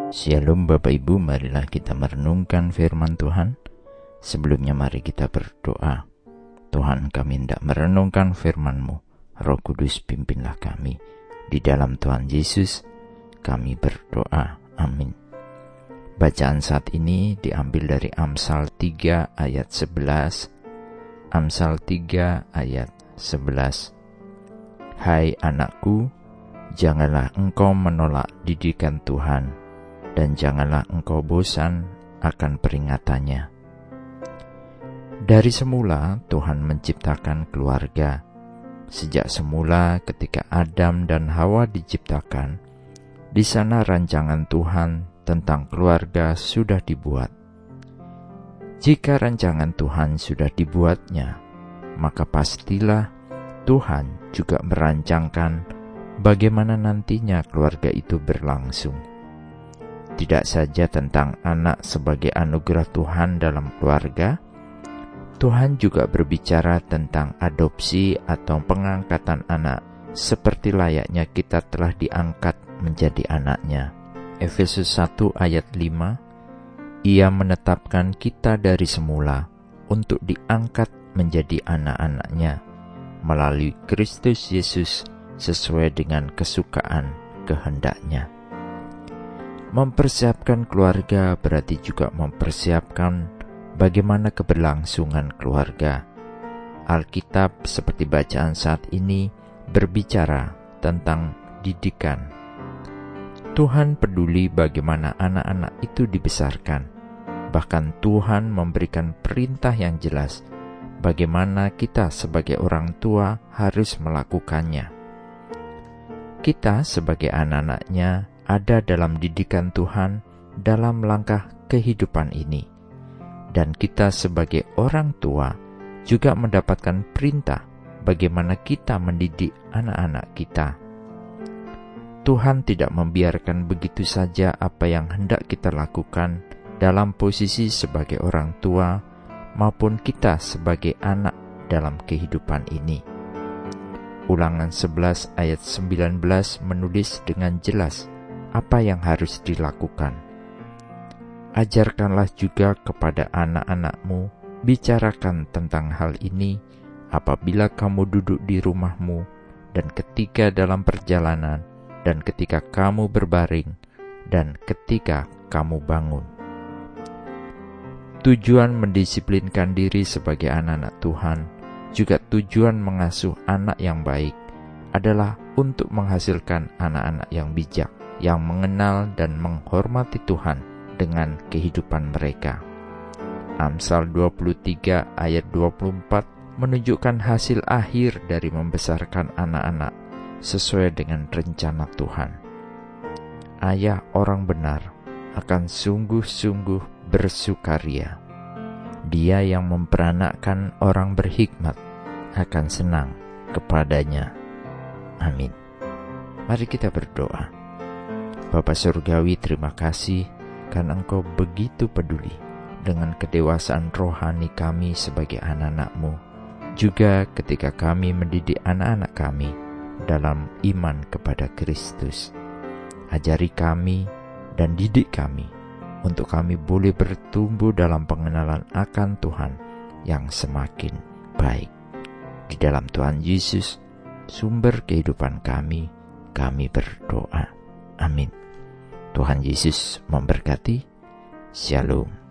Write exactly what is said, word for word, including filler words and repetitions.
Shalom Bapak Ibu, marilah kita merenungkan firman Tuhan. Sebelumnya mari kita berdoa. Tuhan, kami hendak merenungkan firman-Mu. Roh Kudus, pimpinlah kami. Di dalam Tuhan Yesus kami berdoa. Amin. Bacaan saat ini diambil dari Amsal tiga ayat sebelas. Amsal tiga ayat sebelas. Hai anakku, janganlah engkau menolak didikan Tuhan, dan janganlah engkau bosan akan peringatannya. Dari semula Tuhan menciptakan keluarga. Sejak semula ketika Adam dan Hawa diciptakan, di sana rancangan Tuhan tentang keluarga sudah dibuat. Jika rancangan Tuhan sudah dibuatnya, maka pastilah Tuhan juga merancangkan bagaimana nantinya keluarga itu berlangsung. Tidak saja tentang anak sebagai anugerah Tuhan dalam keluarga, Tuhan juga berbicara tentang adopsi atau pengangkatan anak, seperti layaknya kita telah diangkat menjadi anaknya. Efesus satu ayat lima, Ia menetapkan kita dari semula untuk diangkat menjadi anak-anaknya melalui Kristus Yesus sesuai dengan kesukaan kehendak-Nya. Mempersiapkan keluarga berarti juga mempersiapkan bagaimana keberlangsungan keluarga. Alkitab seperti bacaan saat ini berbicara tentang didikan. Tuhan peduli bagaimana anak-anak itu dibesarkan. Bahkan Tuhan memberikan perintah yang jelas bagaimana kita sebagai orang tua harus melakukannya. Kita sebagai anak-anaknya ada dalam didikan Tuhan dalam langkah kehidupan ini. Dan kita sebagai orang tua juga mendapatkan perintah bagaimana kita mendidik anak-anak kita. Tuhan tidak membiarkan begitu saja apa yang hendak kita lakukan dalam posisi sebagai orang tua maupun kita sebagai anak dalam kehidupan ini. Ulangan sebelas ayat sembilan belas menulis dengan jelas apa yang harus dilakukan. Ajarkanlah juga kepada anak-anakmu, bicarakan tentang hal ini apabila kamu duduk di rumahmu, dan ketika dalam perjalanan, dan ketika kamu berbaring, dan ketika kamu bangun. Tujuan mendisiplinkan diri sebagai anak-anak Tuhan, juga tujuan mengasuh anak yang baik, adalah untuk menghasilkan anak-anak yang bijak, yang mengenal dan menghormati Tuhan dengan kehidupan mereka. Amsal dua puluh tiga ayat dua puluh empat menunjukkan hasil akhir dari membesarkan anak-anak sesuai dengan rencana Tuhan. Ayah orang benar akan sungguh-sungguh bersukaria. Dia yang memperanakkan orang berhikmat akan senang kepadanya. Amin. Mari kita berdoa. Bapa Surgawi, terima kasih karena Engkau begitu peduli dengan kedewasaan rohani kami sebagai anak-anak-Mu. Juga ketika kami mendidik anak-anak kami dalam iman kepada Kristus. Ajari kami dan didik kami untuk kami boleh bertumbuh dalam pengenalan akan Tuhan yang semakin baik. Di dalam Tuhan Yesus, sumber kehidupan kami, kami berdoa. Amin. Tuhan Yesus memberkati. Shalom.